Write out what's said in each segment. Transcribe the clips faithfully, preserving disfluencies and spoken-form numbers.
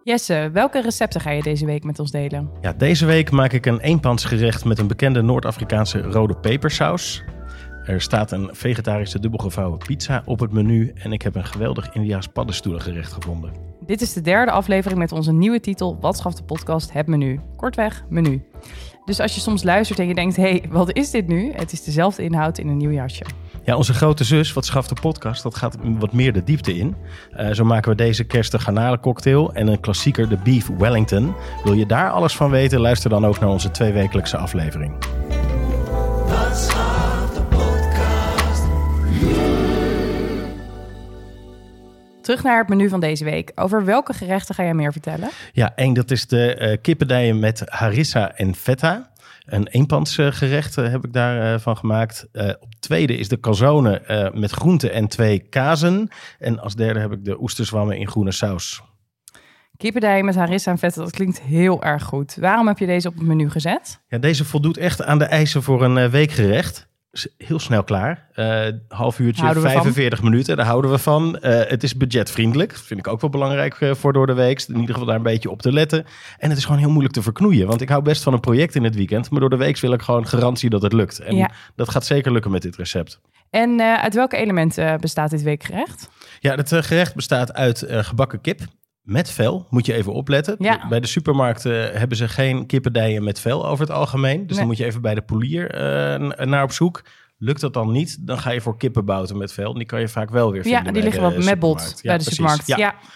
Jesse, welke recepten ga je deze week met ons delen? Ja, deze week maak ik een eenpansgerecht met een bekende Noord-Afrikaanse rode pepersaus. Er staat een vegetarische dubbelgevouwen pizza op het menu en ik heb een geweldig Indiaas paddenstoelengerecht gevonden. Dit is de derde aflevering met onze nieuwe titel Wat schaft de podcast Het Menu. Kortweg, menu. Dus als je soms luistert en je denkt, hé, hey, wat is dit nu? Het is dezelfde inhoud in een nieuw jasje. Ja, onze grote zus, Wat schaft de podcast, dat gaat wat meer de diepte in. Uh, zo maken we deze kerst een garnalencocktail en een klassieker, de Beef Wellington. Wil je daar alles van weten? Luister dan ook naar onze tweewekelijkse aflevering. Wat schaft de podcast? Terug naar het menu van deze week. Over welke gerechten ga jij meer vertellen? Ja, één, dat is de uh, kippendijen met harissa en feta. Een eenpansgerecht uh, heb ik daarvan uh, van gemaakt. Uh, op tweede is de calzone uh, met groenten en twee kazen. En als derde heb ik de oesterzwammen in groene saus. Kippendijen met harissa en feta, dat klinkt heel erg goed. Waarom heb je deze op het menu gezet? Ja, deze voldoet echt aan de eisen voor een uh, weekgerecht. Heel snel klaar. Uh, half uurtje, vijfenveertig minuten, daar houden we van. Uh, het is budgetvriendelijk. Dat vind ik ook wel belangrijk uh, voor door de week. In ieder geval daar een beetje op te letten. En het is gewoon heel moeilijk te verknoeien. Want ik hou best van een project in het weekend. Maar door de week wil ik gewoon garantie dat het lukt. En ja. dat gaat zeker lukken met dit recept. En uh, uit welke elementen bestaat dit weekgerecht? Ja, het uh, gerecht bestaat uit uh, gebakken kip. Met vel, moet je even opletten. Ja. Bij de supermarkt uh, hebben ze geen kippendijen met vel over het algemeen. Dus nee. dan moet je even bij de polier uh, naar op zoek. Lukt dat dan niet, dan ga je voor kippenbouten met vel. Die kan je vaak wel weer vinden. Ja, die liggen wel met bot ja, bij de precies. supermarkt. Ja. Ja.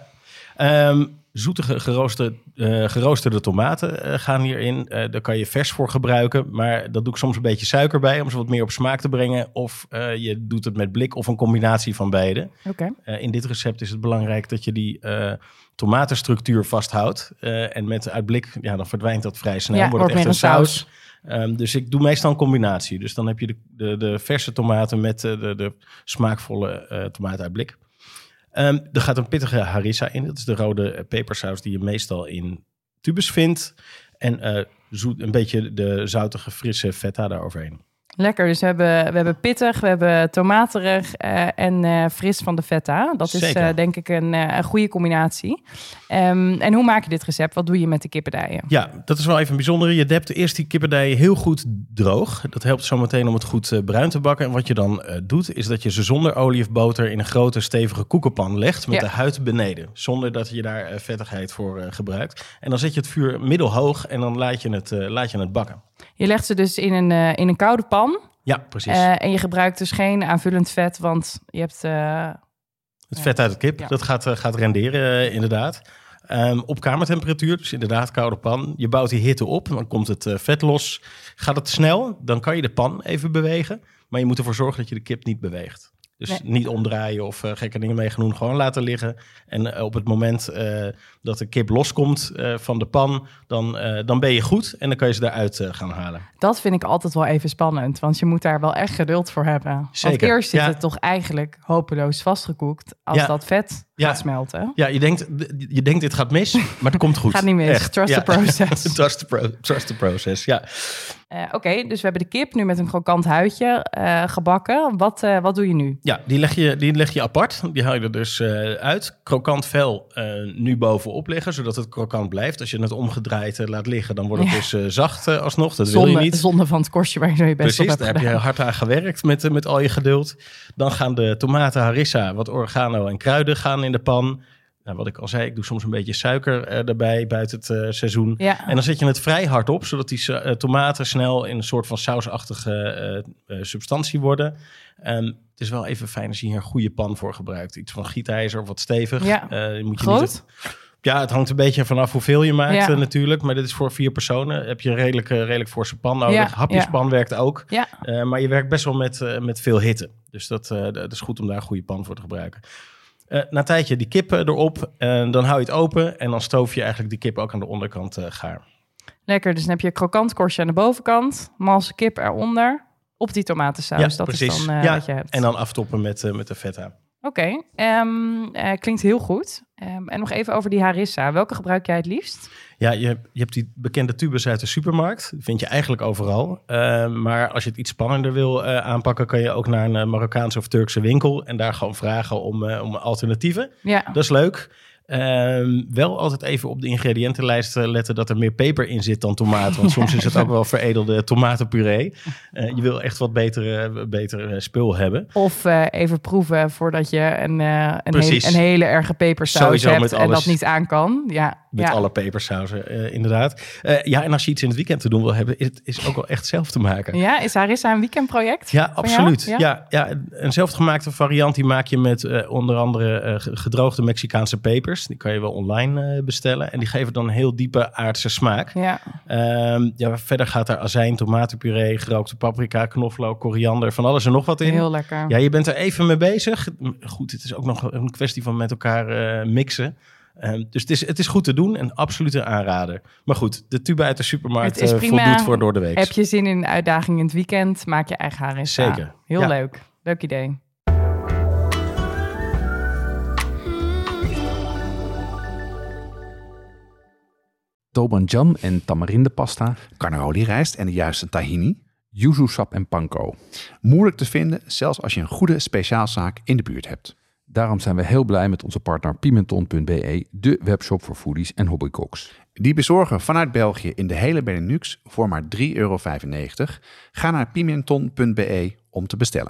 Ja. Um, zoetige geroosterde, uh, geroosterde tomaten uh, gaan hierin. Uh, daar kan je vers voor gebruiken. Maar dat doe ik soms een beetje suiker bij om ze wat meer op smaak te brengen. Of uh, je doet het met blik of een combinatie van beide. Okay. Uh, in dit recept is het belangrijk dat je die uh, tomatenstructuur vasthoudt. Uh, en met uit blik, ja, dan verdwijnt dat vrij snel. Ja, wordt het echt een een saus. saus. Um, dus ik doe meestal een combinatie. Dus dan heb je de, de, de verse tomaten met uh, de, de smaakvolle uh, tomaten uit blik. Um, er gaat een pittige harissa in. Dat is de rode pepersaus die je meestal in tubes vindt. En uh, zoet, een beetje de zoutige, frisse feta daaroverheen. Lekker, dus we hebben, we hebben pittig, we hebben tomaterig uh, en uh, fris van de feta. Dat Zeker. is uh, denk ik een, uh, een goede combinatie. Um, en hoe maak je dit recept? Wat doe je met de kippendijen? Ja, dat is wel even een bijzondere. Je dept eerst die kippendijen heel goed droog. Dat helpt zo meteen om het goed uh, bruin te bakken. En wat je dan uh, doet, is dat je ze zonder olie of boter in een grote stevige koekenpan legt met ja. de huid beneden. Zonder dat je daar uh, vettigheid voor uh, gebruikt. En dan zet je het vuur middelhoog en dan laat je het, uh, laat je het bakken. Je legt ze dus in een, uh, in een koude pan. Ja, precies. Uh, en je gebruikt dus geen aanvullend vet, want je hebt... Uh, het vet uit de kip, ja. dat gaat, uh, gaat renderen uh, inderdaad. Um, op kamertemperatuur, dus inderdaad koude pan. Je bouwt die hitte op, dan komt het uh, vet los. Gaat het snel, dan kan je de pan even bewegen. Maar je moet ervoor zorgen dat je de kip niet beweegt. Dus nee. niet omdraaien of uh, gekke dingen mee gaan doen. Gewoon laten liggen. En uh, op het moment uh, dat de kip loskomt uh, van de pan, dan, uh, dan ben je goed. En dan kan je ze eruit uh, gaan halen. Dat vind ik altijd wel even spannend. Want je moet daar wel echt geduld voor hebben. Zeker. Want eerst zit ja. het toch eigenlijk hopeloos vastgekoekt als ja. dat vet ja. gaat smelten. Ja, je denkt, je denkt dit gaat mis, maar het komt goed. Gaat niet mis. Echt. Trust ja. the process. trust, the pro- trust the process, ja. Uh, Oké, okay, dus we hebben de kip nu met een krokant huidje uh, gebakken. Wat, uh, wat doe je nu? Ja, die leg je, die leg je apart. Die haal je er dus uh, uit. Krokant vel uh, nu bovenop leggen, zodat het krokant blijft. Als je het omgedraaid uh, laat liggen, dan wordt het ja. dus uh, zacht uh, alsnog. Dat zonde, wil je niet. Zonde van het korstje waar je zo je best Precies, op hebt daar gedaan. heb je hard aan gewerkt met, uh, met al je geduld. Dan gaan de tomaten, harissa, wat oregano en kruiden gaan in de pan. Nou, wat ik al zei, ik doe soms een beetje suiker uh, erbij buiten het uh, seizoen. Ja. En dan zet je het vrij hard op, zodat die uh, tomaten snel in een soort van sausachtige uh, uh, substantie worden. Um, het is wel even fijn als je hier een goede pan voor gebruikt. Iets van gietijzer of wat stevig. Ja. Uh, moet je Groot? Niet het, ja, het hangt een beetje vanaf hoeveel je maakt ja. uh, natuurlijk. Maar dit is voor vier personen. Heb je een redelijk, uh, redelijk forse pan nodig. Ja. Hapjespan ja. werkt ook. Ja. Uh, maar je werkt best wel met, uh, met veel hitte. Dus dat, uh, dat is goed om daar een goede pan voor te gebruiken. Uh, na een tijdje die kip erop, uh, dan hou je het open en dan stoof je eigenlijk die kip ook aan de onderkant uh, gaar. Lekker, dus dan heb je een krokant korstje aan de bovenkant, malse kip eronder, op die tomatensaus. Ja, dat precies. is dan uh, ja, wat je hebt. En dan aftoppen met, uh, met de feta. Oké, okay. um, uh, klinkt heel goed. Um, en nog even over die harissa. Welke gebruik jij het liefst? Ja, je, je hebt die bekende tubes uit de supermarkt. Die vind je eigenlijk overal. Uh, maar als je het iets spannender wil uh, aanpakken, kan je ook naar een uh, Marokkaanse of Turkse winkel en daar gewoon vragen om, uh, om alternatieven. Ja. Dat is leuk. Um, wel altijd even op de ingrediëntenlijst uh, letten dat er meer peper in zit dan tomaat. Want soms is het ook wel veredelde tomatenpuree. Uh, je wil echt wat beter, uh, beter uh, spul hebben. Of uh, even proeven voordat je een, uh, een, hele, een hele erge pepersaus Sowieso hebt met en alles. dat niet aan kan. Ja, Met ja. alle pepersauzen, uh, inderdaad. Uh, ja, en als je iets in het weekend te doen wil hebben, is het is ook wel echt zelf te maken. Ja, is Harissa een weekendproject? Ja, absoluut. Ja? Ja, ja, een zelfgemaakte variant die maak je met uh, onder andere uh, gedroogde Mexicaanse pepers. Die kan je wel online uh, bestellen. En die geven dan een heel diepe aardse smaak. Ja. Um, ja, verder gaat daar azijn, tomatenpuree, gerookte paprika, knoflook, koriander, van alles en nog wat in. Heel lekker. Ja, je bent er even mee bezig. Goed, het is ook nog een kwestie van met elkaar uh, mixen. Um, dus het is, het is goed te doen en absoluut een aanrader. Maar goed, de tube uit de supermarkt Het is prima. voldoet voor door de week. Heb je zin in een uitdaging in het weekend, maak je eigen harissa. Zeker. Heel Ja. leuk. Leuk idee. Toban jam en tamarindepasta, Carnaroli rijst en de juiste tahini. yuzu sap en panko. Moeilijk te vinden, zelfs als je een goede speciaalzaak in de buurt hebt. Daarom zijn we heel blij met onze partner Pimenton punt b e, de webshop voor foodies en hobbycooks. Die bezorgen vanuit België in de hele Benelux voor maar drie euro vijfennegentig. Ga naar pimenton punt b e om te bestellen.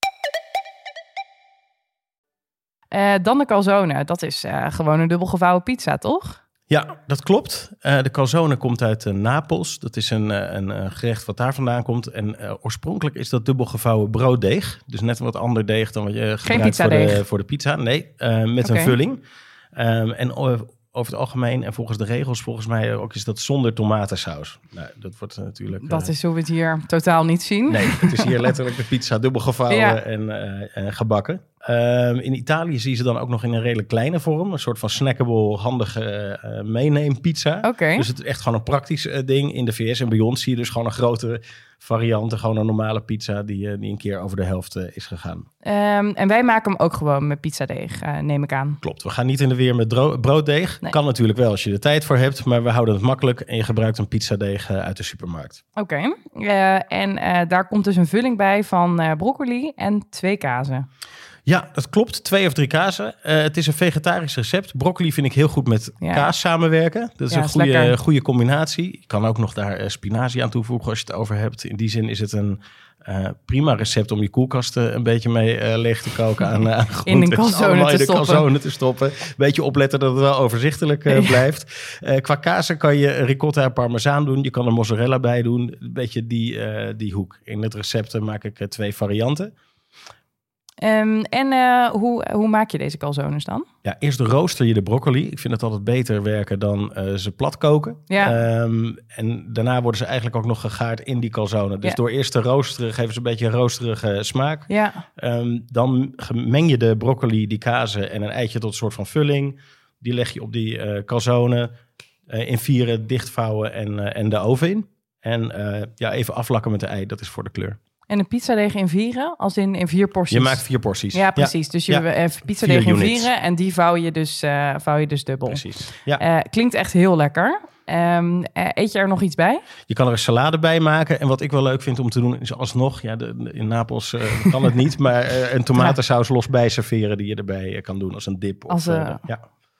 Uh, dan de calzone. Dat is uh, gewoon een dubbelgevouwen pizza, toch? Ja, dat klopt. Uh, de calzone komt uit uh, Napels. Dat is een, uh, een uh, gerecht wat daar vandaan komt. En uh, oorspronkelijk is dat dubbelgevouwen brooddeeg. Dus net een wat ander deeg dan wat je gebruikt voor de, voor de pizza. Nee, uh, met Okay. een vulling. Um, en uh, over het algemeen en volgens de regels volgens mij ook is dat zonder tomatensaus. Nou, dat wordt uh, natuurlijk... Uh, Dat is hoe we het hier totaal niet zien. Nee, het is hier letterlijk de pizza dubbelgevouwen Ja. en uh, uh, gebakken. Um, in Italië zie je ze dan ook nog in een redelijk kleine vorm. Een soort van snackable, handige uh, meeneempizza. Oké. Dus het is echt gewoon een praktisch uh, ding. In de V S en bij ons zie je dus gewoon een grote variant. Gewoon een normale pizza die, uh, die een keer over de helft uh, is gegaan. Um, en wij maken hem ook gewoon met pizzadeeg, uh, neem ik aan. Klopt, we gaan niet in de weer met dro- brooddeeg. Nee. Kan natuurlijk wel als je er tijd voor hebt. Maar we houden het makkelijk en je gebruikt een pizzadeeg uh, uit de supermarkt. Oké. Okay. Uh, en uh, daar komt dus een vulling bij van uh, broccoli en twee kazen. Ja, dat klopt. Twee of drie kazen. Uh, het is een vegetarisch recept. Broccoli vind ik heel goed met Ja. kaas samenwerken. Dat is Ja, een is goede, lekker. goede combinatie. Je kan ook nog daar uh, spinazie aan toevoegen als je het over hebt. In die zin is het een uh, prima recept om je koelkast uh, een beetje mee uh, leeg te koken aan, uh, aan groenten. In een calzone Allemaal te in de stoppen. calzone te stoppen. Beetje opletten dat het wel overzichtelijk uh, Ja. blijft. Uh, qua kazen kan je ricotta en parmezaan doen. Je kan er mozzarella bij doen. Een beetje die, uh, die hoek. In het recept uh, maak ik uh, twee varianten. Um, en uh, hoe, hoe maak je deze calzones dan? Ja, eerst rooster je de broccoli. Ik vind het altijd beter werken dan uh, ze plat koken. Ja. Um, en daarna worden ze eigenlijk ook nog gegaard in die calzone. Dus Ja. door eerst te roosteren geven ze een beetje een roosterige smaak. Ja. Um, dan meng je de broccoli, die kazen en een eitje tot een soort van vulling. Die leg je op die uh, calzone uh, in vieren, dichtvouwen en, uh, en de oven in. En uh, ja, even aflakken met de ei, dat is voor de kleur. En een pizzadeeg in vieren, als in, in vier porties? Je maakt vier porties. Ja, precies. Dus je Ja. hebt pizzadeeg Vier in units. vieren en die vouw je dus, uh, vouw je dus dubbel. Precies. Ja. Uh, klinkt echt heel lekker. Um, uh, eet je er nog iets bij? Je kan er een salade bij maken. En wat ik wel leuk vind om te doen is alsnog... Ja, de, de- in Napels uh, kan het niet, maar uh, een tomatensaus los bij serveren... die je erbij uh, kan doen als een dip. Of, Als, uh, uh, ja.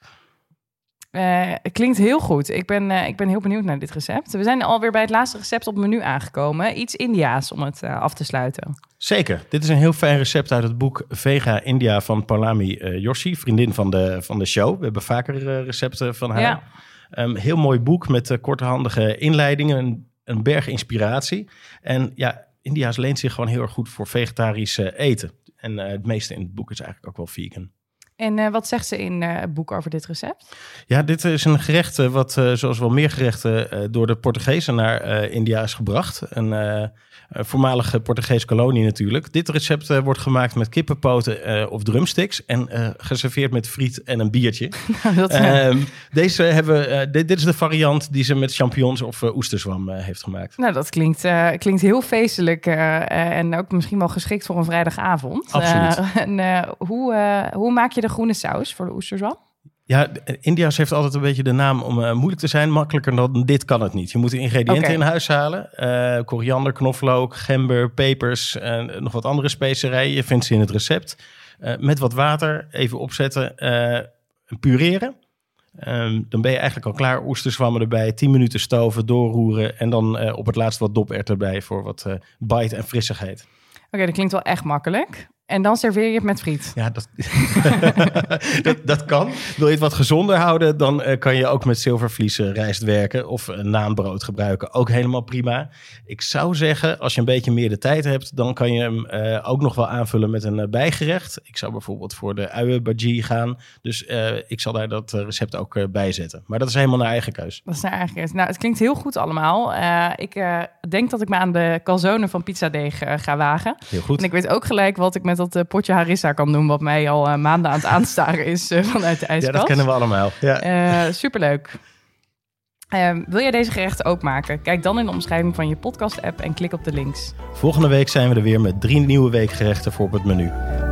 Uh, het klinkt heel goed. Ik ben, uh, ik ben heel benieuwd naar dit recept. We zijn alweer bij het laatste recept op het menu aangekomen. Iets Indiaas om het uh, af te sluiten. Zeker. Dit is een heel fijn recept uit het boek Vega India van Paulami uh, Joshi. Vriendin van de, van de show. We hebben vaker uh, recepten van haar. Ja. Um, heel mooi boek met uh, korte handige inleidingen. Een, een berg inspiratie. En ja, India's leent zich gewoon heel erg goed voor vegetarisch uh, eten. En uh, het meeste in het boek is eigenlijk ook wel vegan. En uh, wat zegt ze in uh, het boek over dit recept? Ja, dit is een gerecht uh, wat, uh, zoals wel meer gerechten, uh, door de Portugezen naar uh, India is gebracht. Een uh, voormalige Portugese kolonie natuurlijk. Dit recept uh, wordt gemaakt met kippenpoten uh, of drumsticks en uh, geserveerd met friet en een biertje. dat, uh, um, deze hebben, uh, dit, dit is de variant die ze met champignons of uh, oesterzwam uh, heeft gemaakt. nou, dat klinkt, uh, klinkt heel feestelijk uh, uh, en ook misschien wel geschikt voor een vrijdagavond. Absoluut. Uh, en uh, hoe, uh, hoe maak je de groene saus voor de oesterzwam? Ja, India's heeft altijd een beetje de naam om uh, moeilijk te zijn. Makkelijker dan dit kan het niet. Je moet de ingrediënten Oké. in huis halen. Uh, koriander, knoflook, gember, pepers en nog wat andere specerijen. Je vindt ze in het recept. Uh, met wat water even opzetten, uh, pureren. Um, dan ben je eigenlijk al klaar. Oesterzwammen erbij, tien minuten stoven, doorroeren. En dan uh, op het laatst wat dopert erbij voor wat uh, bite en frissigheid. Oké, okay, dat klinkt wel echt makkelijk. En dan serveer je het met friet. Ja, dat, dat, dat kan. Wil je het wat gezonder houden, dan uh, kan je ook met zilvervlies uh, rijst werken. Of uh, naanbrood gebruiken. Ook helemaal prima. Ik zou zeggen, als je een beetje meer de tijd hebt, dan kan je hem uh, ook nog wel aanvullen met een uh, bijgerecht. Ik zou bijvoorbeeld voor de uien bhaji gaan. Dus uh, ik zal daar dat uh, recept ook uh, bij zetten. Maar dat is helemaal naar eigen keus. Dat is naar eigen keus. Nou, het klinkt heel goed allemaal. Uh, ik uh, denk dat ik me aan de calzone van pizzadeeg uh, ga wagen. Heel goed. En ik weet ook gelijk wat ik met dat uh, potje harissa kan doen, wat mij al uh, maanden aan het aanstaren is uh, vanuit de ijskast. Ja, dat kennen we allemaal. Ja. Uh, superleuk. Uh, wil jij deze gerechten ook maken? Kijk dan in de omschrijving van je podcast-app en klik op de links. Volgende week zijn we er weer met drie nieuwe weekgerechten voor op het menu.